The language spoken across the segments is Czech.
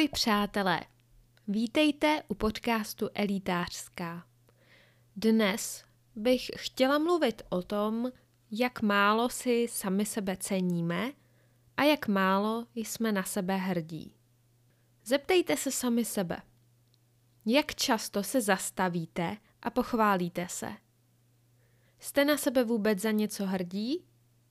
Ahoj přátelé, vítejte u podcastu Elitářská. Dnes bych chtěla mluvit o tom, jak málo si sami sebe ceníme a jak málo jsme na sebe hrdí. Zeptejte se sami sebe, jak často se zastavíte a pochválíte se. Jste na sebe vůbec za něco hrdí?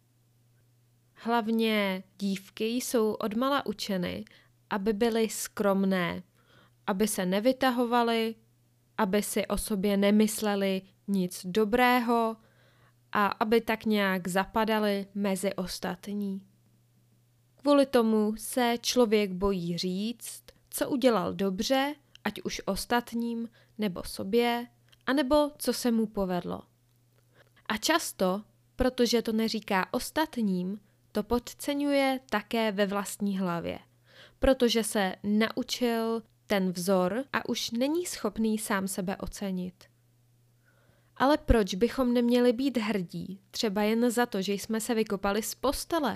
Hlavně dívky jsou odmala učeny, aby byly skromné, aby se nevytahovaly, aby si o sobě nemysleli nic dobrého a aby tak nějak zapadaly mezi ostatní. Kvůli tomu se člověk bojí říct, co udělal dobře, ať už ostatním nebo sobě, anebo co se mu povedlo. A často, protože to neříká ostatním, to podceňuje také ve vlastní hlavě, protože se naučil ten vzor a už není schopný sám sebe ocenit. Ale proč bychom neměli být hrdí, třeba jen za to, že jsme se vykopali z postele?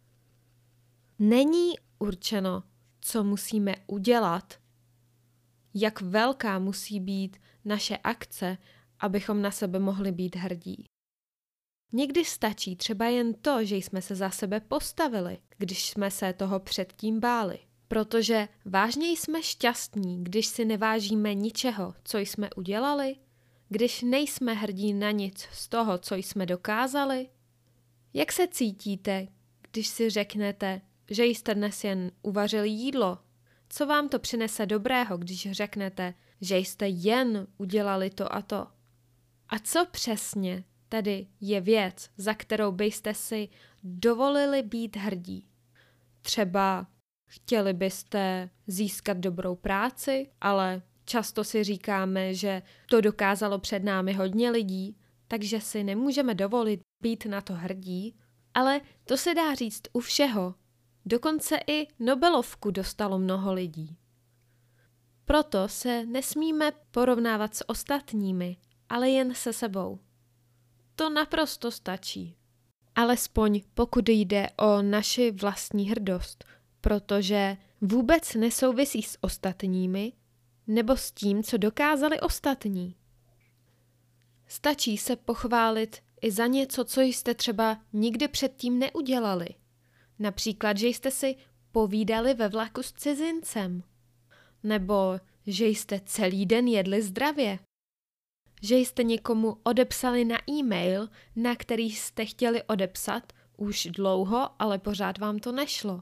Není určeno, co musíme udělat, jak velká musí být naše akce, abychom na sebe mohli být hrdí. Někdy stačí třeba jen to, že jsme se za sebe postavili, když jsme se toho předtím báli. Protože vážně jsme šťastní, když si nevážíme ničeho, co jsme udělali, když nejsme hrdí na nic z toho, co jsme dokázali. Jak se cítíte, když si řeknete, že jste dnes jen uvařili jídlo? Co vám to přinese dobrého, když řeknete, že jste jen udělali to a to? A co přesně tedy je věc, za kterou byste si dovolili být hrdí? Třeba chtěli byste získat dobrou práci, ale často si říkáme, že to dokázalo před námi hodně lidí, takže si nemůžeme dovolit být na to hrdí, ale to se dá říct u všeho. Dokonce i Nobelovku dostalo mnoho lidí. Proto se nesmíme porovnávat s ostatními, ale jen se sebou. To naprosto stačí. Alespoň pokud jde o naši vlastní hrdost, protože vůbec nesouvisí s ostatními nebo s tím, co dokázali ostatní. Stačí se pochválit i za něco, co jste třeba nikdy předtím neudělali. Například, že jste si povídali ve vlaku s cizincem. Nebo že jste celý den jedli zdravě. Že jste někomu odepsali na e-mail, na který jste chtěli odepsat už dlouho, ale pořád vám to nešlo.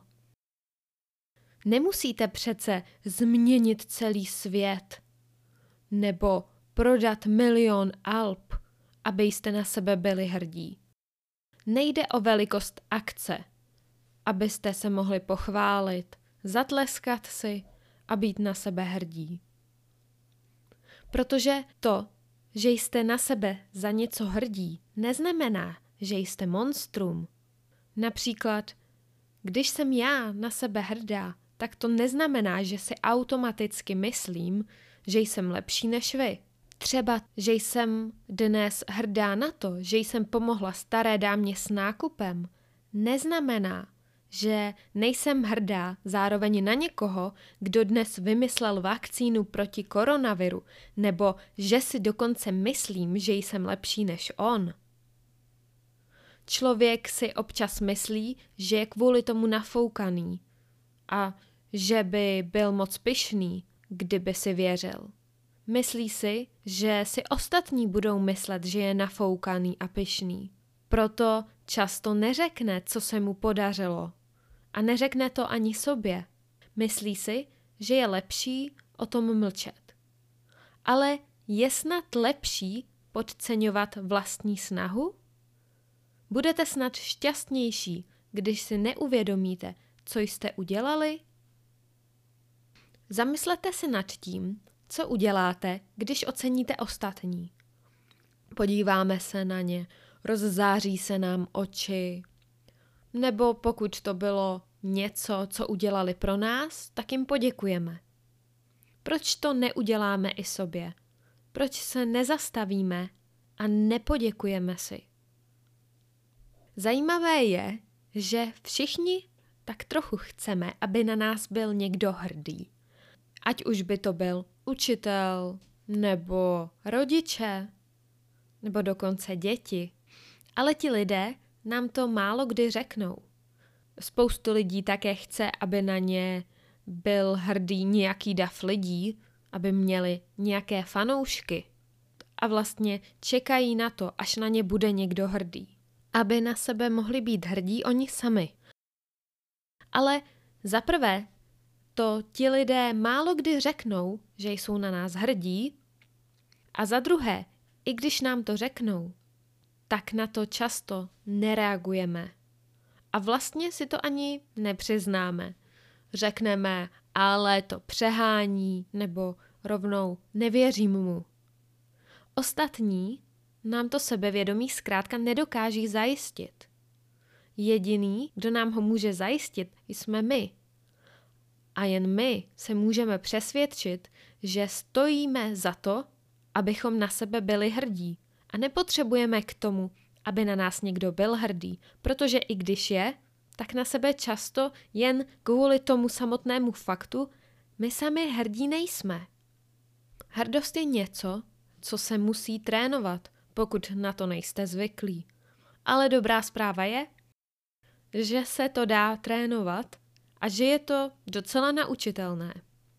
Nemusíte přece změnit celý svět nebo prodat 1 000 000 alb, abyste na sebe byli hrdí. Nejde o velikost akce, abyste se mohli pochválit, zatleskat si a být na sebe hrdí. Protože to, že jste na sebe za něco hrdí, neznamená, že jste monstrum. Například, když jsem já na sebe hrdá, tak to neznamená, že si automaticky myslím, že jsem lepší než vy. Třeba, že jsem dnes hrdá na to, že jsem pomohla staré dámě s nákupem, neznamená, že nejsem hrdá zároveň na někoho, kdo dnes vymyslel vakcínu proti koronaviru, nebo že si dokonce myslím, že jsem lepší než on. Člověk si občas myslí, že je kvůli tomu nafoukaný a že by byl moc pyšný, kdyby si věřil. Myslí si, že si ostatní budou myslet, že je nafoukaný a pyšný. Proto často neřekne, co se mu podařilo. A neřekne to ani sobě. Myslí si, že je lepší o tom mlčet. Ale je snad lepší podceňovat vlastní snahu? Budete snad šťastnější, když si neuvědomíte, co jste udělali? Zamyslete se nad tím, co uděláte, když oceníte ostatní. Podíváme se na ně, rozzáří se nám oči. Nebo pokud to bylo něco, co udělali pro nás, tak jim poděkujeme. Proč to neuděláme i sobě? Proč se nezastavíme a nepoděkujeme si? Zajímavé je, že všichni tak trochu chceme, aby na nás byl někdo hrdý. Ať už by to byl učitel, nebo rodiče, nebo dokonce děti. Ale ti lidé nám to málo kdy řeknou. Spoustu lidí také chce, aby na ně byl hrdý nějaký dav lidí, aby měli nějaké fanoušky. A vlastně čekají na to, až na ně bude někdo hrdý. Aby na sebe mohli být hrdí oni sami. Ale za prvé, to ti lidé málo kdy řeknou, že jsou na nás hrdí. A za druhé, i když nám to řeknou, tak na to často nereagujeme. A vlastně si to ani nepřiznáme. Řekneme, ale to přehání, nebo rovnou nevěřím mu. Ostatní nám to sebevědomí zkrátka nedokáží zajistit. Jediný, kdo nám ho může zajistit, jsme my. A jen my se můžeme přesvědčit, že stojíme za to, abychom na sebe byli hrdí. A nepotřebujeme k tomu, aby na nás někdo byl hrdý, protože i když je, tak na sebe často jen kvůli tomu samotnému faktu my sami hrdí nejsme. Hrdost je něco, co se musí trénovat, pokud na to nejste zvyklí. Ale dobrá zpráva je, že se to dá trénovat a že je to docela naučitelné.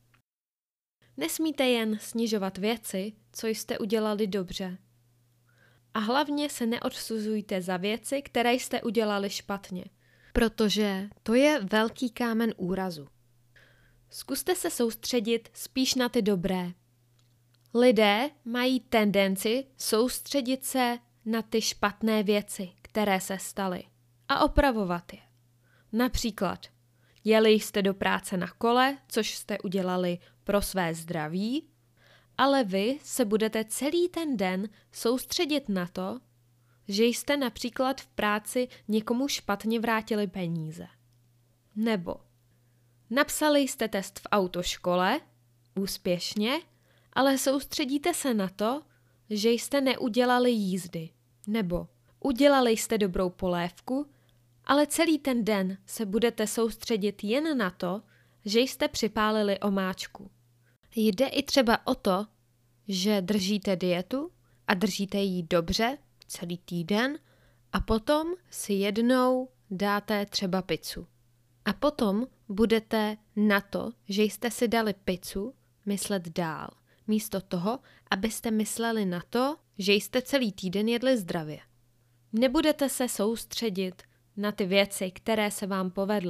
Nesmíte jen snižovat věci, co jste udělali dobře. A hlavně se neodsuzujte za věci, které jste udělali špatně, protože to je velký kámen úrazu. Zkuste se soustředit spíš na ty dobré. Lidé mají tendenci soustředit se na ty špatné věci, které se staly, a opravovat je. Například, jeli jste do práce na kole, což jste udělali pro své zdraví, ale vy se budete celý ten den soustředit na to, že jste například v práci někomu špatně vrátili peníze. Nebo napsali jste test v autoškole, úspěšně, ale soustředíte se na to, že jste neudělali jízdy. Nebo udělali jste dobrou polévku, ale celý ten den se budete soustředit jen na to, že jste připálili omáčku. Jde i třeba o to, že držíte dietu a držíte ji dobře celý týden a potom si jednou dáte třeba pizzu. A potom budete na to, že jste si dali pizzu, myslet dál. Místo toho, abyste mysleli na to, že jste celý týden jedli zdravě. Nebudete se soustředit na ty věci, které se vám povedly.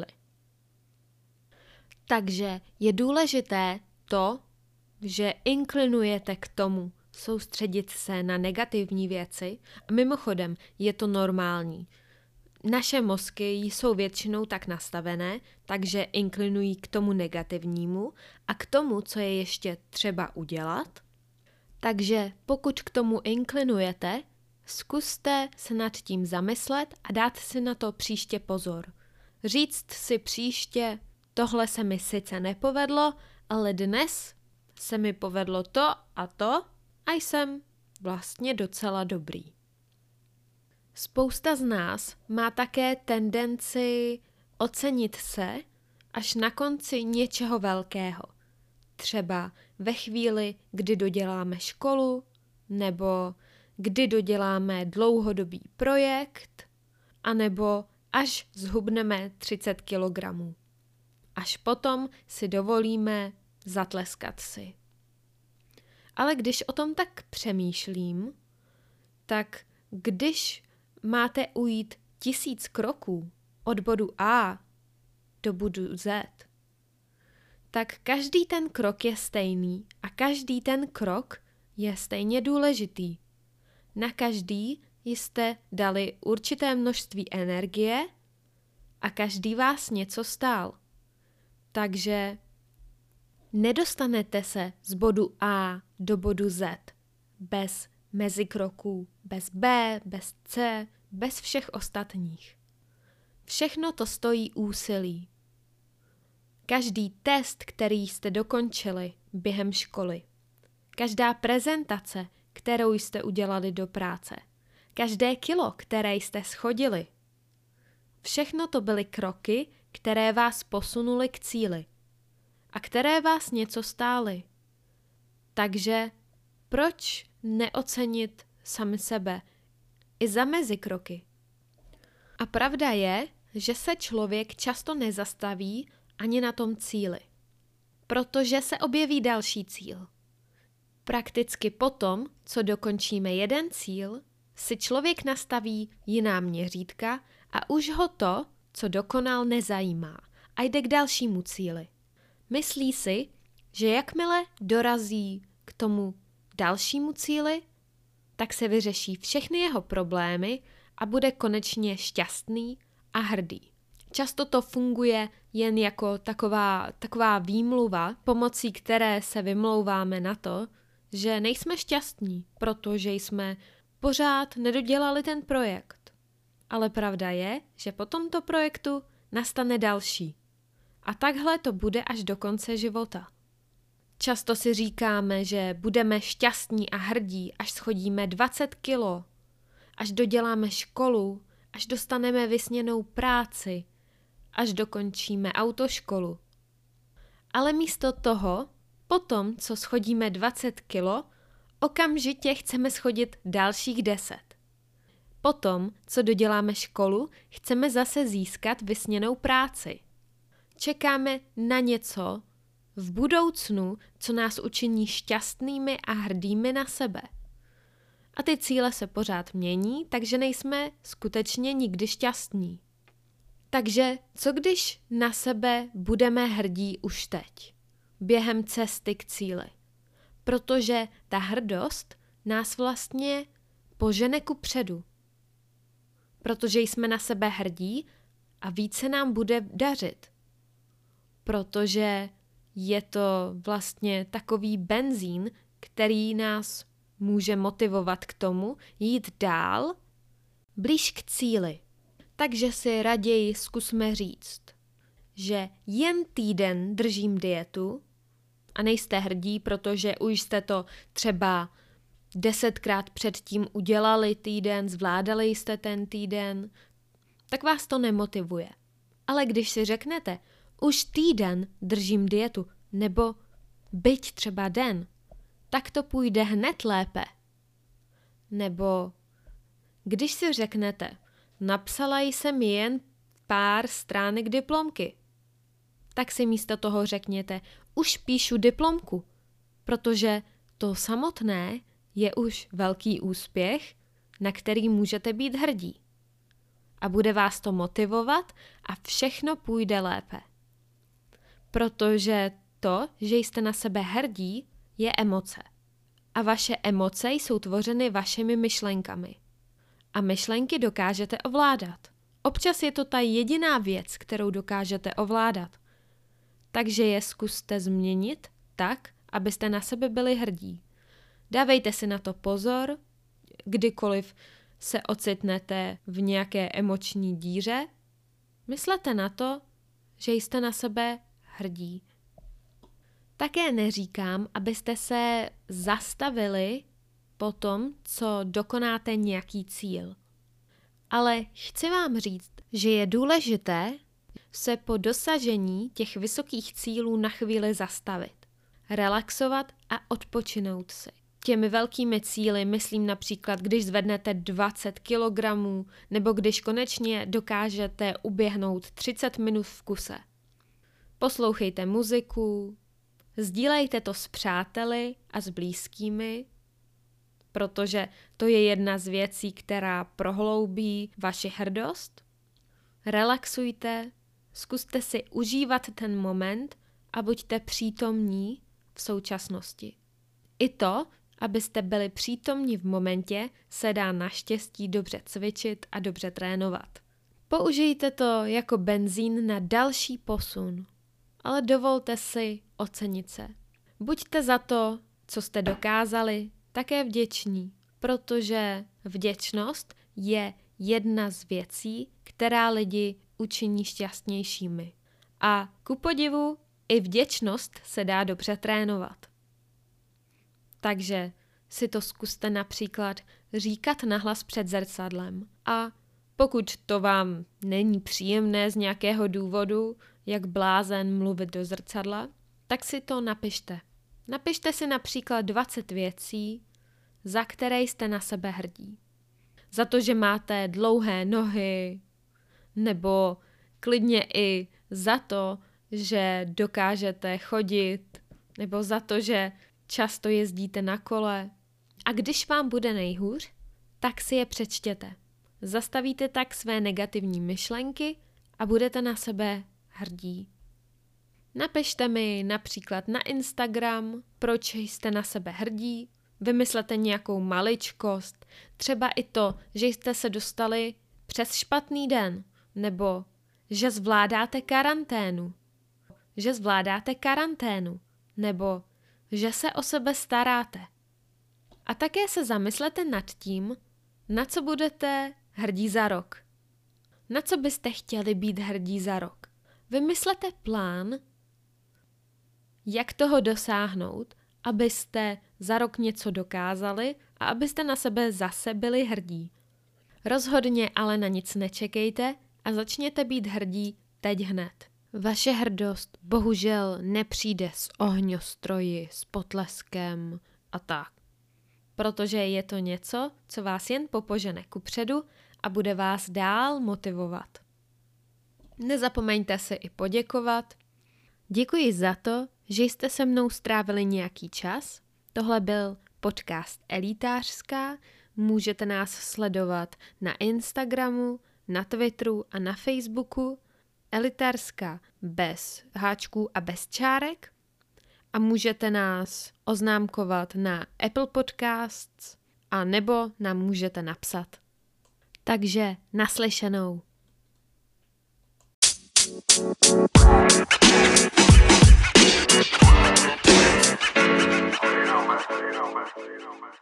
Takže je důležité to, že inklinujete k tomu soustředit se na negativní věci. A mimochodem, je to normální. Naše mozky jsou většinou tak nastavené, takže inklinují k tomu negativnímu a k tomu, co je ještě třeba udělat. Takže pokud k tomu inklinujete, zkuste se nad tím zamyslet a dát si na to příště pozor. Říct si příště, tohle se mi sice nepovedlo, ale dnes se mi povedlo to a jsem vlastně docela dobrý. Spousta z nás má také tendenci ocenit se až na konci něčeho velkého. Třeba ve chvíli, kdy doděláme školu, nebo kdy doděláme dlouhodobý projekt, anebo až zhubneme 30 kilogramů. Až potom si dovolíme zatleskat si. Ale když o tom tak přemýšlím, tak když máte ujít 1000 kroků od bodu A do bodu Z, tak každý ten krok je stejný a každý ten krok je stejně důležitý. Na každý jste dali určité množství energie a každý vás něco stál. Takže nedostanete se z bodu A do bodu Z bez mezikroků, bez B, bez C, bez všech ostatních. Všechno to stojí úsilí. Každý test, který jste dokončili během školy, každá prezentace, kterou jste udělali do práce, každé kilo, které jste schodili, všechno to byly kroky, které vás posunuly k cíli. a které vás něco stály. Takže proč neocenit sami sebe i za mezikroky? A pravda je, že se člověk často nezastaví ani na tom cíli, protože se objeví další cíl. Prakticky potom, co dokončíme jeden cíl, si člověk nastaví jiná měřítka a už ho to, co dokonal, nezajímá a jde k dalšímu cíli. Myslí si, že jakmile dorazí k tomu dalšímu cíli, tak se vyřeší všechny jeho problémy a bude konečně šťastný a hrdý. Často to funguje jen jako taková výmluva, pomocí které se vymlouváme na to, že nejsme šťastní, protože jsme pořád nedodělali ten projekt. Ale pravda je, že po tomto projektu nastane další. A takhle to bude až do konce života. Často si říkáme, že budeme šťastní a hrdí, až schodíme 20 kilo, až doděláme školu, až dostaneme vysněnou práci, až dokončíme autoškolu. Ale místo toho, potom, co schodíme 20 kilo, okamžitě chceme schodit dalších 10. Potom, co doděláme školu, chceme zase získat vysněnou práci. Čekáme na něco v budoucnu, co nás učiní šťastnými a hrdými na sebe. A ty cíle se pořád mění, takže nejsme skutečně nikdy šťastní. Takže co když na sebe budeme hrdí už teď, během cesty k cíli? Protože ta hrdost nás vlastně požene kupředu. Protože jsme na sebe hrdí a více nám bude dařit. Protože je to vlastně takový benzín, který nás může motivovat k tomu jít dál, blíž k cíli. Takže si raději zkusme říct, že jen týden držím dietu a nejste hrdí, protože už jste to třeba 10krát předtím udělali týden, zvládali jste ten týden, tak vás to nemotivuje. Ale když si řeknete, už týden držím dietu, nebo byť třeba den, tak to půjde hned lépe. Nebo když si řeknete, napsala jsem jen pár stránek diplomky, tak si místo toho řekněte, už píšu diplomku, protože to samotné je už velký úspěch, na který můžete být hrdí. A bude vás to motivovat a všechno půjde lépe. Protože to, že jste na sebe hrdí, je emoce. A vaše emoce jsou tvořeny vašimi myšlenkami. A myšlenky dokážete ovládat. Občas je to ta jediná věc, kterou dokážete ovládat. Takže je zkuste změnit tak, abyste na sebe byli hrdí. Dávejte si na to pozor, kdykoliv se ocitnete v nějaké emoční díře. Myslete na to, že jste na sebe hrdí. Také neříkám, abyste se zastavili po tom, co dokonáte nějaký cíl. Ale chci vám říct, že je důležité se po dosažení těch vysokých cílů na chvíli zastavit, relaxovat a odpočinout si. Těmi velkými cíli myslím například, když zvednete 20 kg nebo když konečně dokážete uběhnout 30 minut v kuse. Poslouchejte muziku, sdílejte to s přáteli a s blízkými, protože to je jedna z věcí, která prohloubí vaši hrdost. Relaxujte, zkuste si užívat ten moment a buďte přítomní v současnosti. I to, abyste byli přítomní v momentě, se dá naštěstí dobře cvičit a dobře trénovat. Použijte to jako benzín na další posun, ale dovolte si ocenit se. Buďte za to, co jste dokázali, také vděční, protože vděčnost je jedna z věcí, která lidi učiní šťastnějšími. A ku podivu i vděčnost se dá dobře trénovat. Takže si to zkuste například říkat nahlas před zrcadlem. A pokud to vám není příjemné z nějakého důvodu, jak blázen mluvit do zrcadla, tak si to napište. Napište si například 20 věcí, za které jste na sebe hrdí. Za to, že máte dlouhé nohy, nebo klidně i za to, že dokážete chodit, nebo za to, že často jezdíte na kole. A když vám bude nejhůř, tak si je přečtěte. Zastavíte tak své negativní myšlenky a budete na sebe hrdí. Napište mi například na Instagram, proč jste na sebe hrdí, vymyslete nějakou maličkost, třeba i to, že jste se dostali přes špatný den, nebo že zvládáte karanténu, nebo že se o sebe staráte. A také se zamyslete nad tím, na co budete hrdí za rok. Na co byste chtěli být hrdí za rok. Vymyslete plán, jak toho dosáhnout, abyste za rok něco dokázali a abyste na sebe zase byli hrdí. Rozhodně ale na nic nečekejte a začněte být hrdí teď hned. Vaše hrdost bohužel nepřijde s ohňostroji, s potleskem a tak. Protože je to něco, co vás jen popožene kupředu a bude vás dál motivovat. Nezapomeňte si i poděkovat. Děkuji za to, že jste se mnou strávili nějaký čas. Tohle byl podcast Elitářská. Můžete nás sledovat na Instagramu, na Twitteru a na Facebooku. Elitářská bez háčků a bez čárek. A můžete nás oznámkovat na Apple Podcasts a nebo nám můžete napsat. Takže naslyšenou. You know, man.